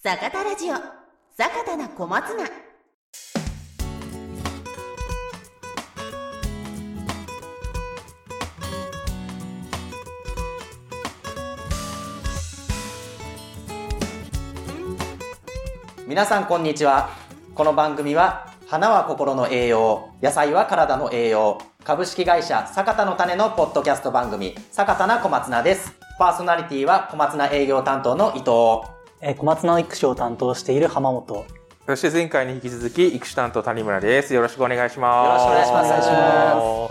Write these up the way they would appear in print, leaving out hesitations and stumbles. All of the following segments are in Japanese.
坂田ラジオ坂田な小松菜。 皆さんこんにちは。この番組は花は心の栄養、野菜は体の栄養、株式会社坂田の種のポッドキャスト番組坂田な小松菜です。パーソナリティは小松菜営業担当の伊藤、 小松菜育種を担当している浜本、 そして前回に引き続き育種担当谷村です。よろしくお願いします。 よろしくお願いします。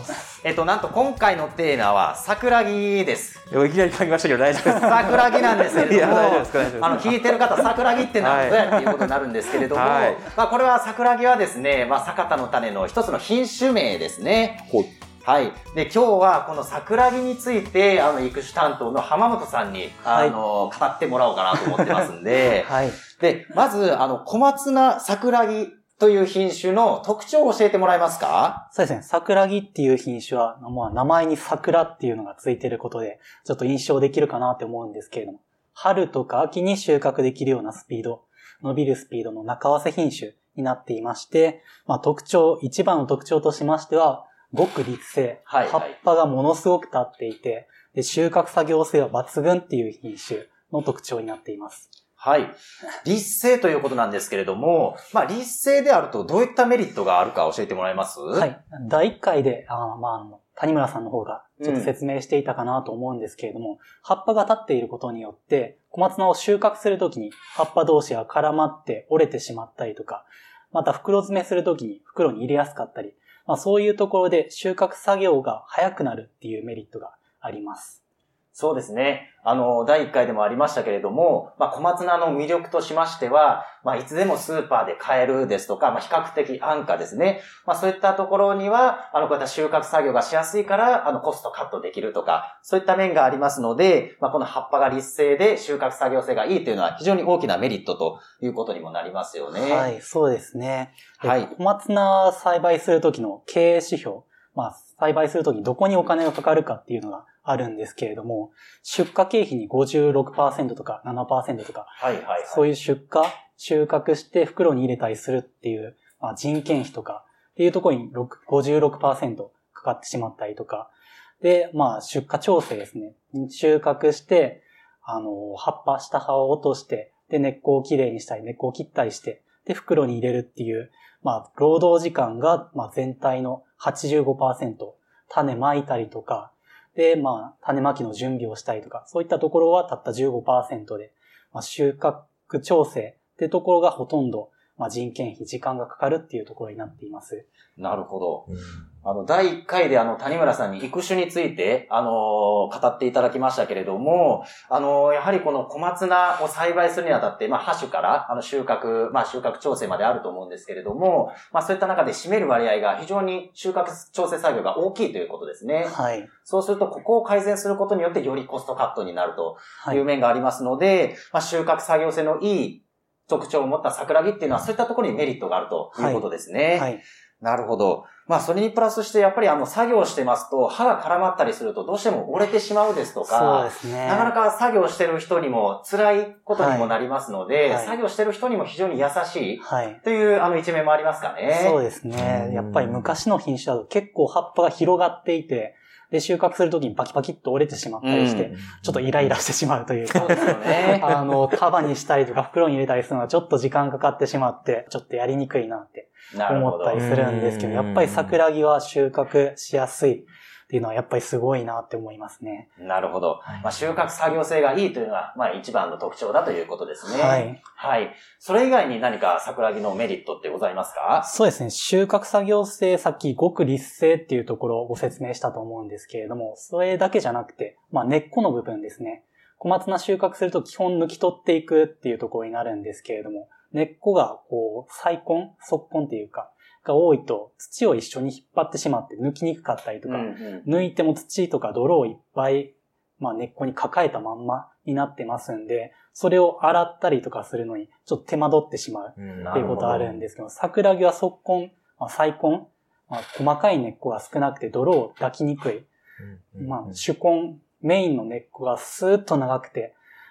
なんと今回のテーマは桜木です。 いきなり噛みましたけど大丈夫ですか？ 桜木なんですけれども、 いや大丈夫ですか？大丈夫です。 聞いてる方、桜木って何ぞやっていうことになるんですけれども、 はい、 これは桜木はですね、坂田の種の一つの品種名ですね。はい。で、今日はこの桜木について、育種担当の浜本さんに、語ってもらおうかなと思ってますんで、 はい。 で、まず、小松菜桜木という品種の特徴を教えてもらえますか？ そうですね。桜木っていう品種は、名前に桜っていうのがついていることで、ちょっと印象できるかなって思うんですけれども、春とか秋に収穫できるようなスピード、伸びるスピードの中合わせ品種になっていまして、一番の特徴としましては、ごく立性、葉っぱがものすごく立っていて、で収穫作業性は抜群っていう品種の特徴になっています。 はい。立性ということなんですけれども、立性であるとどういったメリットがあるか教えてもらえます？ はい。第1回で、谷村さんの方がちょっと説明していたかなと思うんですけれども、葉っぱが立っていることによって、小松菜を収穫するときに葉っぱ同士が絡まって折れてしまったりとか、また袋詰めするときに袋に入れやすかったり、そういうところで収穫作業が早くなるっていうメリットがあります。 そうですね。第1回でもありましたけれども、小松菜の魅力としましては、いつでもスーパーで買えるですとか、比較的安価ですね。そういったところには、こういった収穫作業がしやすいから、コストカットできるとか、そういった面がありますので、この葉っぱが立性で収穫作業性がいいというのは非常に大きなメリットということにもなりますよね。 はい、そうですね。 はい。 小松菜栽培するときの経営指標、栽培するときにどこにお金がかかるかっていうのがあるんですけれども、出荷経費に 56% とか 7% とか、そういう収穫して袋に入れたりするっていう、人件費とかっていうところに 56% かかってしまったりとか、で、出荷調整ですね。収穫して、下葉を落として、で、根っこをきれいにしたり、根っこを切ったりして、で、袋に入れるっていう、労働時間が、全体の 85%、種まいたりとか、で、種まきの準備をしたりとか、そういったところはたった 15% で、収穫調整ってところがほとんど、人件費、時間がかかるっていうところになっています。 なるほど。第1回で谷村さんに育種について、語っていただきましたけれども、やはりこの小松菜を栽培するにあたって、葉種から、収穫調整まであると思うんですけれども、そういった中で占める割合が非常に収穫調整作業が大きいということですね。 はい。 そうすると、ここを改善することによって、よりコストカットになるという面がありますので、収穫作業性のいい特徴を持った桜木っていうのはそういったところにメリットがあるということですね。 はい。 なるほど。それにプラスしてやっぱり作業してますと刃が絡まったりするとどうしても折れてしまうですとか、 そうですね。 なかなか作業してる人にも辛いことにもなりますので、作業してる人にも非常に優しいという一面もありますかね。 そうですね。やっぱり昔の品種だと結構葉っぱが広がっていて、で、収穫するときにパキパキっと折れてしまったりして、ちょっとイライラしてしまうというか、 そうですよね。 束にしたりとか袋に入れたりするのはちょっと時間かかってしまって、ちょっとやりにくいなって思ったりするんですけど、やっぱり桜木は収穫しやすいっていうのはやっぱりすごいなって思いますね。 なるほど。収穫作業性がいいというのが、一番の特徴だということですね。 はい。 はい。それ以外に何か桜木のメリットってございますか？ そうですね。収穫作業性、さっきごく立性っていうところをご説明したと思うんですけれども、それだけじゃなくて、根っこの部分ですね。小松菜収穫すると基本抜き取っていくっていうところになるんですけれども、根っこが細根っていうか、が多いと土を一緒に引っ張ってしまって抜きにくかったりとか、抜いても土とか泥をいっぱい、根っこに抱えたまんまになってますんで、それを洗ったりとかするのにちょっと手間取ってしまうっていうことはあるんですけど、桜木は細根、細かい根っこが少なくて泥を抱きにくい。主根、メインの根っこがスーッと長くて、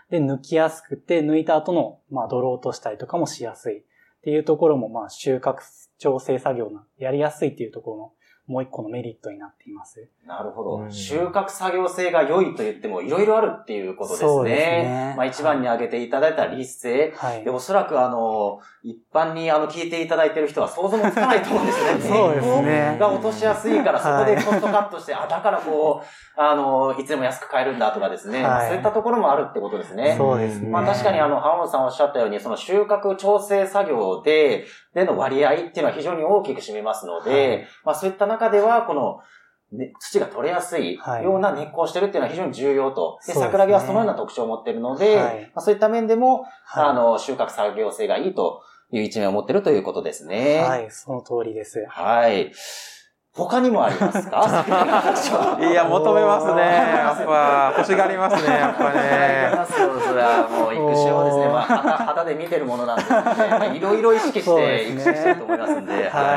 で、抜きやすくて、抜いた後の、ドローとしたりとかもしやすいっていうところも、収穫調整作業がやりやすいっていうところのもう一個のメリットになっています。 なるほど。収穫作業性が良いと言ってもいろいろあるっていうことですね。そうですね。一番に挙げていただいた立性。はい。で、おそらく一般に聞いていただいている人は想像もつかないと思うんですね。 そうですね。 が落としやすいから、そこでコストカットして、だからいつでも安く買えるんだとかですね。はい、そういったところもあるってことですね。 そうですね。 確かに浜本さんおっしゃったように、その収穫調整作業での割合っていうのは非常に大きく占めますので、はい、そういった中では、この、土が取れやすいような根っこをしてるっていうのは非常に重要と。で、桜木はそのような特徴を持っているので、はい、そういった面でも、はい、収穫作業性がいいという一面を持っているということですね。 はい、その通りです。 はい。他にもありますか？ いや、求めますね。やっぱ、欲しがりますね、やっぱね。 ありますよ、それはもう育種をですね、肌で見てるものなんで、ね、いろいろ意識して育種してると思いますんで。 はい。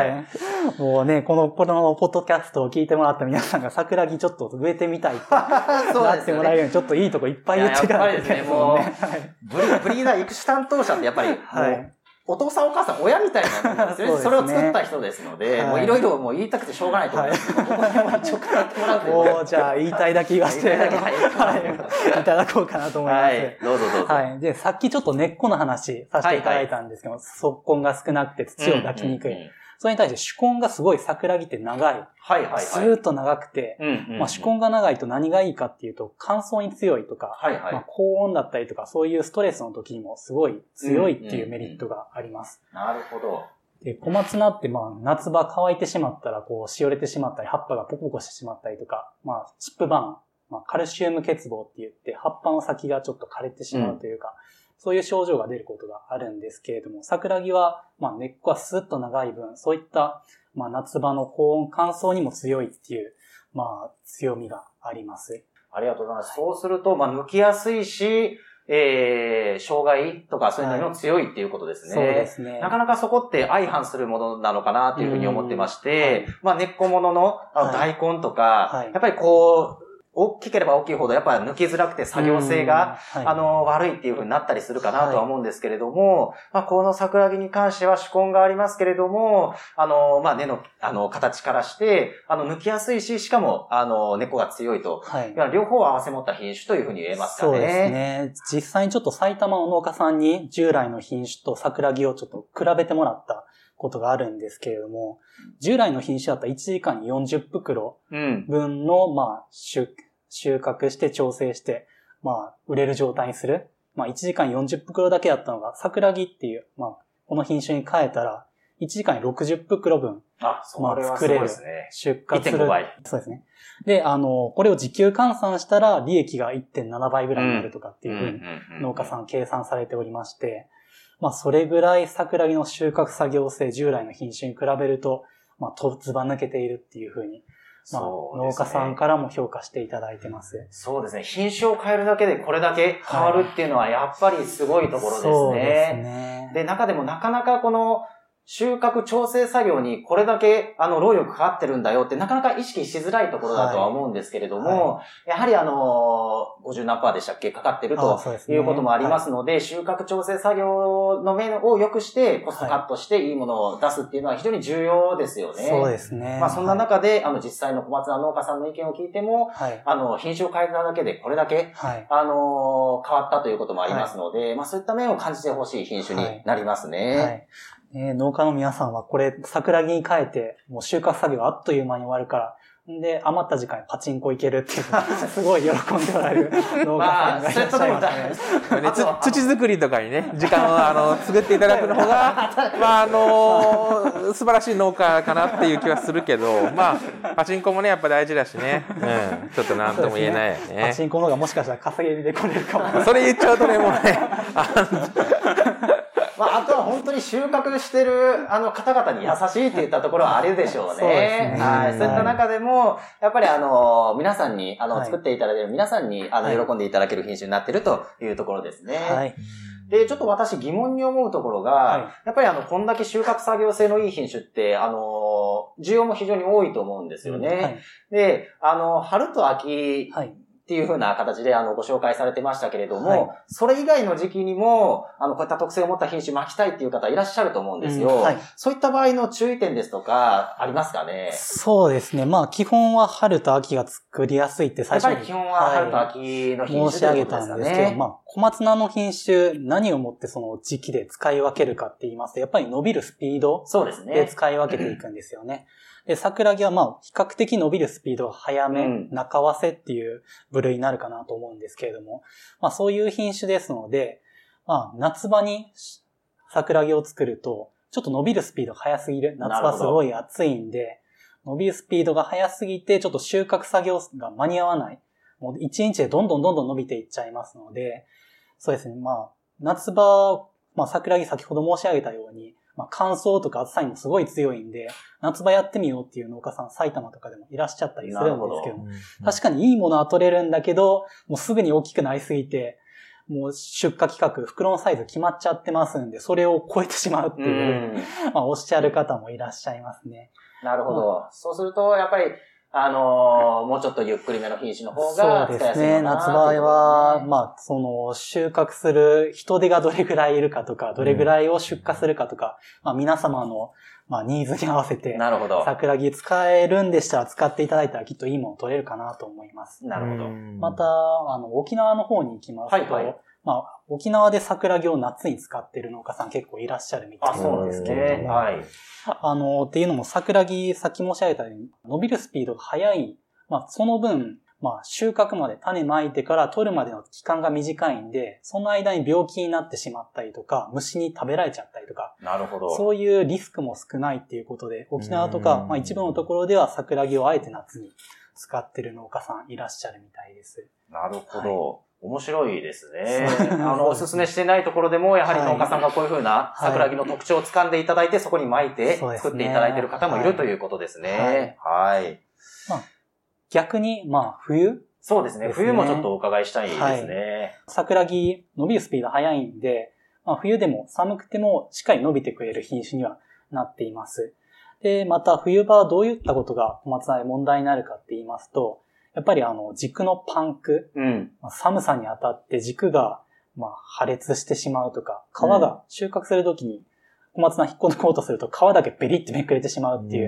もうね、このポッドキャストを聞いてもらった皆さんが桜木ちょっと植えてみたいってなってもらえるように、ちょっといいとこいっぱい言っていかないといけないですもんね。やっぱりですね、 ブリーダー育種担当者ってやっぱり、はい。お父さんお母さん親みたいなものですよね。それを作った人ですので、もういろいろ言いたくてしょうがないと思いますけど、ここにも一応語ってもらうという。 もうじゃあ言いたいだけ言わせていただこうかなと思います。はい、 どうぞどうぞ。 はい。で、さっきちょっと根っこの話させていただいたんですけど、側根が少なくて土を抱きにくい。それに対して主根がすごい桜木って長い。 はいはいはい。 ずーっと長くて、主根が長いと何がいいかっていうと、乾燥に強いとか、はいはい、高温だったりとか、そういうストレスの時にもすごい強いっていうメリットがあります。 なるほど。 で、小松菜って夏場乾いてしまったら、しおれてしまったり、葉っぱがポコポコしてしまったりとか、チップバーン、カルシウム欠乏って言って、葉っぱの先がちょっと枯れてしまうというか、そういう症状が出ることがあるんですけれども、桜木は、根っこはスッと長い分、そういった、夏場の高温乾燥にも強いっていう、強みがあります。 ありがとうございます。そうすると、剥きやすいし、障害とかそういうのにも強いっていうことですね。 そうですね。 なかなかそこって相反するものなのかなというふうに思ってまして、根っこものの大根とか、やっぱり大きければ大きいほどやっぱ抜きづらくて作業性が、悪いっていう風になったりするかなとは思うんですけれども、この桜木に関しては主根がありますけれども、根の、形からして、抜きやすいし、しかも、根っこが強いと。はい。両方合わせ持った品種という風に言えますかね。 そうですね。実際にちょっと埼玉の農家さんに従来の品種と桜木をちょっと比べてもらったことがあるんですけれども、従来の品種だったら1時間に40袋分の、収穫して調整して、売れる状態にする。1時間40袋だけだったのが、桜木っていう、この品種に変えたら、1時間に60袋分、作れる。出荷する。 1.5倍。 そうですね。で、これを時給換算したら、利益が 1.7 倍ぐらいになるとかっていうふうに、農家さん計算されておりまして、それぐらい桜木の収穫作業性、従来の品種に比べると、ずば抜けているっていうふうに、農家さんからも評価していただいてます。 そうですね。品種を変えるだけでこれだけ変わるっていうのはやっぱりすごいところですね。そうですね。で、中でもなかなかこの収穫調整作業にこれだけ労力かかってるんだよってなかなか意識しづらいところだとは思うんですけれども、やはり50何%でしたっけかかってるということもありますので、収穫調整作業の面を良くしてコストカットしていいものを出すっていうのは非常に重要ですよね。 そうですね。 そんな中で実際の小松菜農家さんの意見を聞いても、品種を変えただけでこれだけ変わったということもありますので、そういった面を感じてほしい品種になりますね。 農家の皆さんはこれ桜木に変えてもう収穫作業あっという間に終わるからで余った時間にパチンコ行けるっていうすごい喜んでおられる農家さんがいらっしゃいますね。 土作りとかにね時間を作っていただくの方が素晴らしい農家かなっていう気はするけどパチンコもねやっぱ大事だしね、ちょっと何とも言えないよね。 パチンコの方がもしかしたら稼ぎで来れるかも。 それ言っちゃうとねもうねあとは本当に収穫してる方々に優しいっていったところはあるでしょうね。そうですね。はい。そういった中でも、やっぱり皆さんに、作っていただける皆さんに、喜んでいただける品種になっているというところですね。はい。で、ちょっと私疑問に思うところが、やっぱりこんだけ収穫作業性のいい品種って、需要も非常に多いと思うんですよね。で、春と秋、っっていう風な形でご紹介されてましたけれども、 はい、 それ以外の時期にも、こういった特性を持った品種巻きたいっていう方いらっしゃると思うんですよ。はい、そういった場合の注意点ですとか、ありますかね？ そうですね。まあ、基本は春と秋が作りやすいって最初に。 やっぱり基本は春と秋の品種、 申し上げたんですけど、まあ、小松菜の品種、何をもってその時期で使い分けるかって言いますと、やっぱり伸びるスピードで使い分けていくんですよね。で、桜木はまあ、比較的伸びるスピードが速め、中わせっていう部類になるかなと思うんですけれども、まあそういう品種ですので、まあ夏場に桜木を作ると、ちょっと伸びるスピードが速すぎる。夏場すごい暑いんで、伸びるスピードが速すぎて、ちょっと収穫作業が間に合わない。もう1日でどんどん伸びていっちゃいますので、そうですね、まあ、夏場、まあ桜木先ほど申し上げたように、まあ、乾燥とか暑さにもすごい強いんで、夏場やってみようっていう農家さん、埼玉とかでもいらっしゃったりするんですけども、確かにいいものは取れるんだけど、もうすぐに大きくなりすぎて、もう出荷規格、袋のサイズ決まっちゃってますんで、それを超えてしまうっていう、まあ、おっしゃる方もいらっしゃいますね。 なるほど。そうすると、やっぱり、もうちょっとゆっくりめの品種の方が使いやすいのかな。そうですね。 夏場合は、まあ、その、収穫する人手がどれぐらいいるかとか、どれぐらいを出荷するかとか、まあ、皆様の、まあ、ニーズに合わせて、 なるほど。 桜木使えるんでしたら使っていただいたらきっといいもの取れるかなと思います。 なるほど。 また、沖縄の方に行きますと、 はいはい、 まあ、沖縄で桜木を夏に使っている農家さん結構いらっしゃるみたいなんですけれども、 はい。 っていうのも桜木、さっき申し上げたように、伸びるスピードが速い。まあ、その分、まあ、収穫まで種まいてから取るまでの期間が短いんで、その間に病気になってしまったりとか、虫に食べられちゃったりとか、 なるほど。 そういうリスクも少ないっていうことで、沖縄とか、まあ一部のところでは桜木をあえて夏に使ってる農家さんいらっしゃるみたいです。 なるほど。はい、面白いですね。おすすめしてないところでも、やはり農家さんがこういう風な桜木の特徴を掴んでいただいて、そこに巻いて作っていただいている方もいるということですね。はい。 まあ、逆に、まあ、冬そうですね。冬もちょっとお伺いしたいですね。 桜木、伸びるスピード速いんで、まあ、冬でも寒くてもしっかり伸びてくれる品種にはなっています。で、また冬場はどういったことが小松菜で問題になるかって言いますと、やっぱり軸のパンク、寒さに当たって軸が破裂してしまうとか、皮が収穫するときに小松菜引っこ抜こうとすると皮だけベリってめくれてしまうっていう、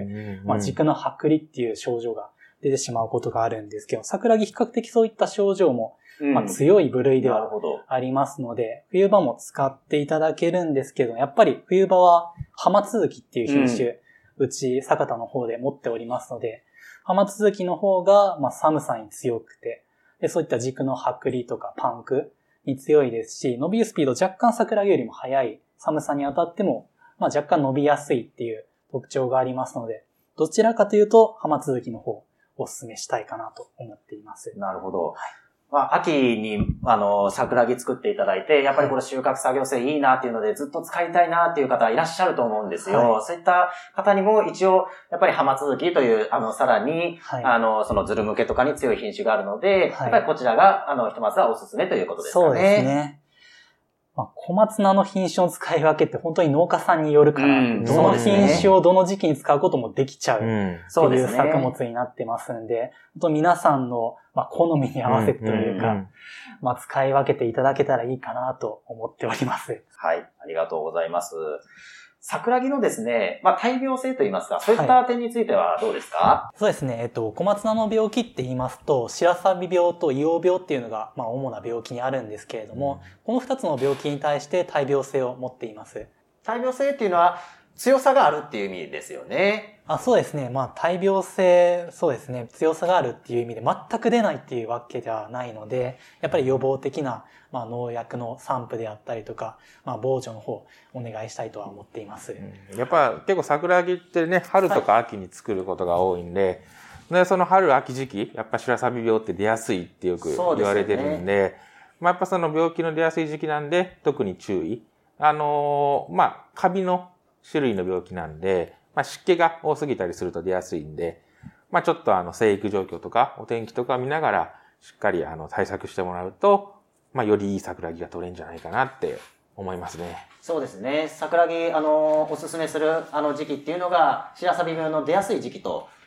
軸の剥離っていう症状が出てしまうことがあるんですけど、桜木比較的そういった症状も強い部類ではありますので、冬場も使っていただけるんですけど、やっぱり冬場は浜続きっていう品種、うち酒田の方で持っておりますので、浜続きの方が寒さに強くて、でそういった軸の剥離とかパンクに強いですし、伸びるスピード若干桜木よりも速い、寒さに当たっても若干伸びやすいっていう特徴がありますので、どちらかというと浜続きの方お勧めしたいかなと思っています。 なるほど。秋に、桜木作っていただいて、やっぱりこれ収穫作業性いいなっていうので、ずっと使いたいなっていう方いらっしゃると思うんですよ。そういった方にも一応、やっぱり浜続きという、さらに、そのズル向けとかに強い品種があるので、やっぱりこちらが、ひとまずはおすすめということですかね。 そうですね。小松菜の品種の使い分けって本当に農家さんによるから、どの品種をどの時期に使うこともできちゃうっていう作物になってますんで、本当皆さんの好みに合わせてというか、使い分けていただけたらいいかなと思っております。 はい、ありがとうございます。桜木のですね、大病性といいますか、そういった点についてはどうですか？ そうですね、小松菜の病気って言いますと、白錆病と硫黄病っていうのが、主な病気にあるんですけれども、この2つの病気に対して大病性を持っています。 大病性っていうのは強さがあるっていう意味ですよね。 そうですね。大病性、そうですね。強さがあるっていう意味で全く出ないっていうわけではないので、やっぱり予防的な、農薬の散布であったりとか、防除の方、お願いしたいとは思っています。 やっぱ結構桜木ってね、春とか秋に作ることが多いんで、でその春秋時期、やっぱ白錆病って出やすいってよく言われてるんで、やっぱその病気の出やすい時期なんで、特に注意。カビの種類の病気なんで、湿気が多すぎたりすると出やすいんで、ちょっと生育状況とかお天気とか見ながらしっかり対策してもらうと、よりいい桜木が取れるんじゃないかなって思いますね。 そうですね。桜木、おすすめする時期っていうのが白錆病の出やすい時期と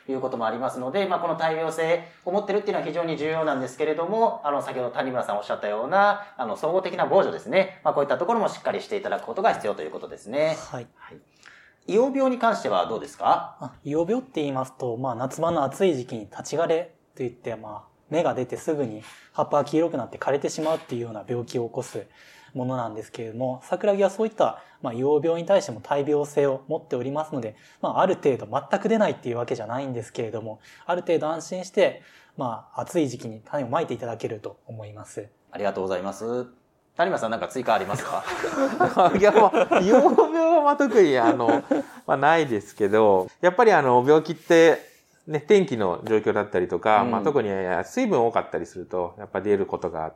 いうこともありますので、この大病性を持ってるっていうのは非常に重要なんですけれども、先ほど谷村さんおっしゃったような、総合的な防除ですね。こういったところもしっかりしていただくことが必要ということですね。 はい。 胃黄病に関してはどうですか？ 胃黄病って言いますと、夏場の暑い時期に立ち枯れといって、芽が出てすぐに葉っぱが黄色くなって枯れてしまうっていうような病気を起こすものなんですけれども、桜木はそういった、胃黄病に対しても大病性を持っておりますので、ある程度全く出ないっていうわけじゃないんですけれども、ある程度安心して、暑い時期に種をまいていただけると思います。 ありがとうございます。谷村さんなんか追加ありますか？ いや、胃黄病は特にないですけど、やっぱり病気って、ね、天気の状況だったりとか、特に水分多かったりすると、やっぱ出ることがあって、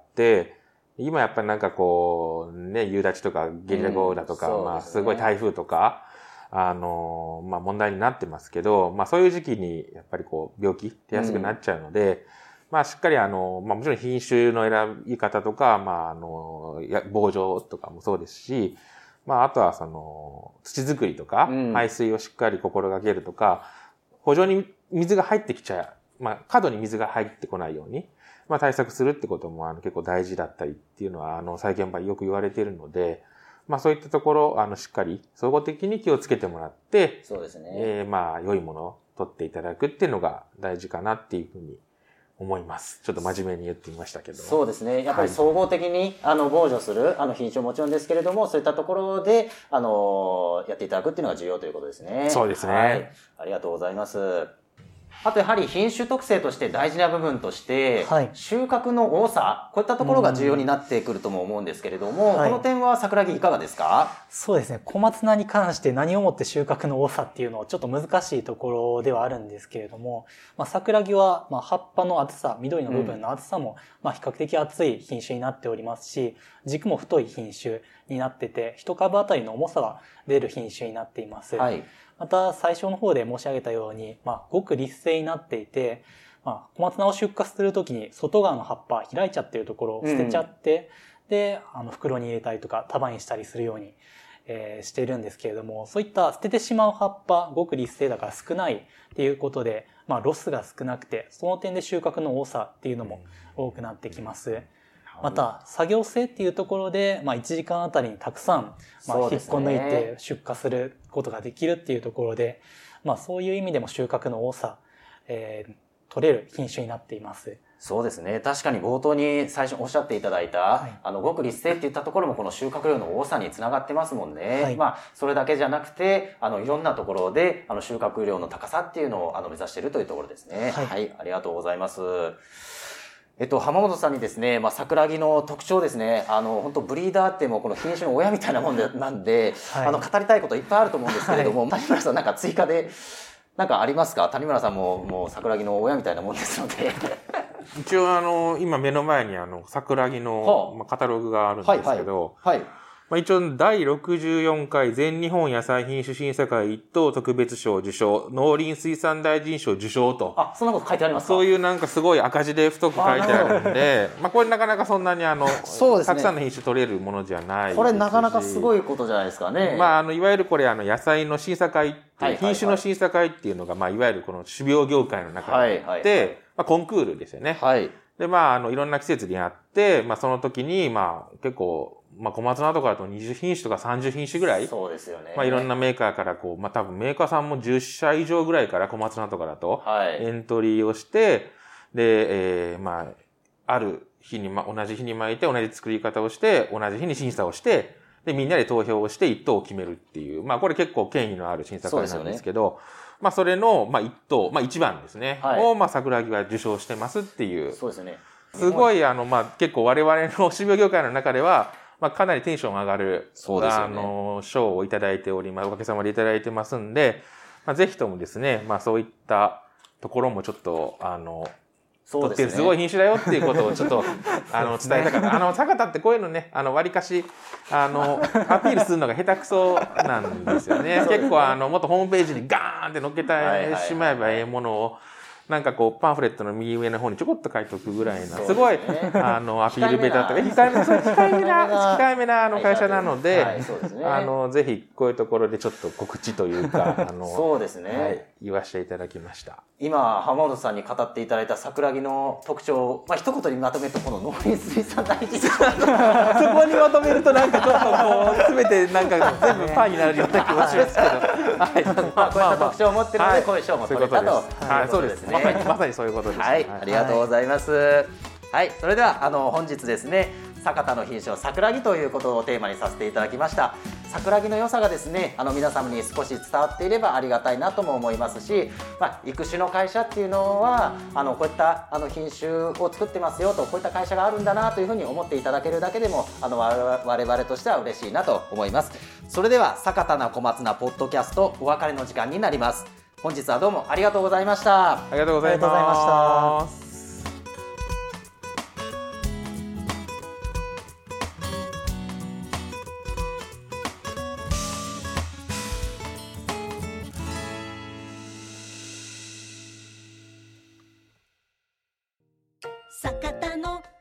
今やっぱり夕立とかゲリラ豪雨だとか、すごい台風とか、問題になってますけど、そういう時期にやっぱり病気出やすくなっちゃうので、しっかりもちろん品種の選び方とか、防除とかもそうですし、あとは土作りとか、排水をしっかり心がけるとか、補助に水が入ってきちゃう、過度に水が入ってこないように、対策するってことも結構大事だったりっていうのは、再現場よく言われているので、そういったところ、しっかり総合的に気をつけてもらって、 そうですね。 良いものを取っていただくっていうのが大事かなっていうふうに思います。ちょっと真面目に言ってみましたけど。 そうですね。やっぱり総合的に、防除する、品種ももちろんですけれども、そういったところで、やっていただくっていうのが重要ということですね。 そうですね。 はい。ありがとうございます。あとやはり品種特性として大事な部分として、収穫の多さ、こういったところが重要になってくるとも思うんですけれども、この点は桜木いかがですか？ そうですね。小松菜に関して何をもって収穫の多さっていうのはちょっと難しいところではあるんですけれども、桜木は葉っぱの厚さ、緑の部分の厚さも比較的厚い品種になっておりますし、軸も太い品種になってて、一株あたりの重さが出る品種になっています。はい。また最初の方で申し上げたように、ごく立性になっていて、小松菜を出荷するときに外側の葉っぱ開いちゃってるところを捨てちゃって、で、袋に入れたりとか束にしたりするように、しているんですけれども、そういった捨ててしまう葉っぱ、ごく立性だから少ないっていうことで、ロスが少なくて、その点で収穫の多さっていうのも多くなってきます。また、作業性っていうところで、1時間あたりにたくさん、引っこ抜いて出荷することができるっていうところで、そういう意味でも収穫の多さ、取れる品種になっています。 そうですね。確かに冒頭に最初おっしゃっていただいた、ごく立性っていったところもこの収穫量の多さにつながってますもんね。それだけじゃなくて、いろんなところで、収穫量の高さっていうのを、目指しているというところですね。はい。ありがとうございます。浜本さんにですね、桜木の特徴ですね、本当ブリーダーってもうこの品種の親みたいなもんなんで、語りたいこといっぱいあると思うんですけれども、谷村さんなんか追加で、なんかありますか？谷村さんもう桜木の親みたいなもんですので。 一応今目の前に桜木のカタログがあるんですけど、一応第64回全日本野菜品種審査会一等特別賞受賞、農林水産大臣賞受賞と。 そんなこと書いてありますか？ そういうなんかすごい赤字で太く書いてあるんで、これなかなかそんなにそうですね、たくさんの品種取れるものじゃないですし。 これなかなかすごいことじゃないですかね。 いわゆるこれ野菜の審査会っていう、品種の審査会っていうのが、いわゆるこの種苗業界の中にあって、コンクールですよね。で、いろんな季節にあって、その時に、結構、小松菜とかだと20品種とか30品種ぐらい。 そうですよね。 いろんなメーカーから多分メーカーさんも10社以上ぐらいから小松菜とかだと、エントリーをして、で、ある日に、同じ日に巻いて、同じ作り方をして、同じ日に審査をして、で、みんなで投票をして1等を決めるっていう、これ結構権威のある審査会なんですけど、それの、1等、1番ですね。を、桜木は受賞してますっていう。 そうですね。 すごい、結構我々の種苗業界の中では、かなりテンション上がる、賞をいただいております。おかげさまでいただいてますんで、ぜひともですね、そういったところもちょっと、とってすごい品種だよっていうことをちょっと、伝えたかった。坂田ってこういうのね、割かし、アピールするのが下手くそなんですよね。結構、もっとホームページにガーンって乗っけてしまえばええものを、 なんかこうパンフレットの右上の方にちょこっと書いておくぐらいなすごいアピールベタとか控えめな会社なので、ぜひこういうところでちょっと告知というかそうですね、 言わせていただきました。 今浜本さんに語っていただいた桜木の特徴、一言にまとめるとこの農林水産大臣そこにまとめるとなんかちょっとこう全てなんか全部パンになるような気もしますけど、 こういった特徴を持っているのでこういう賞も取れたと。 そうですね。まさにそういうことです。 はい、ありがとうございます。はい、それでは本日ですね、酒田の品種を桜木ということをテーマにさせていただきました。桜木の良さがですね、皆様に少し伝わっていればありがたいなとも思いますし、育種の会社っていうのはこういった品種を作ってますよと、こういった会社があるんだなというふうに思っていただけるだけでも我々としては嬉しいなと思います。それでは酒田な小松菜ポッドキャストお別れの時間になります。本日はどうもありがとうございました。 ありがとうございました。 酒田の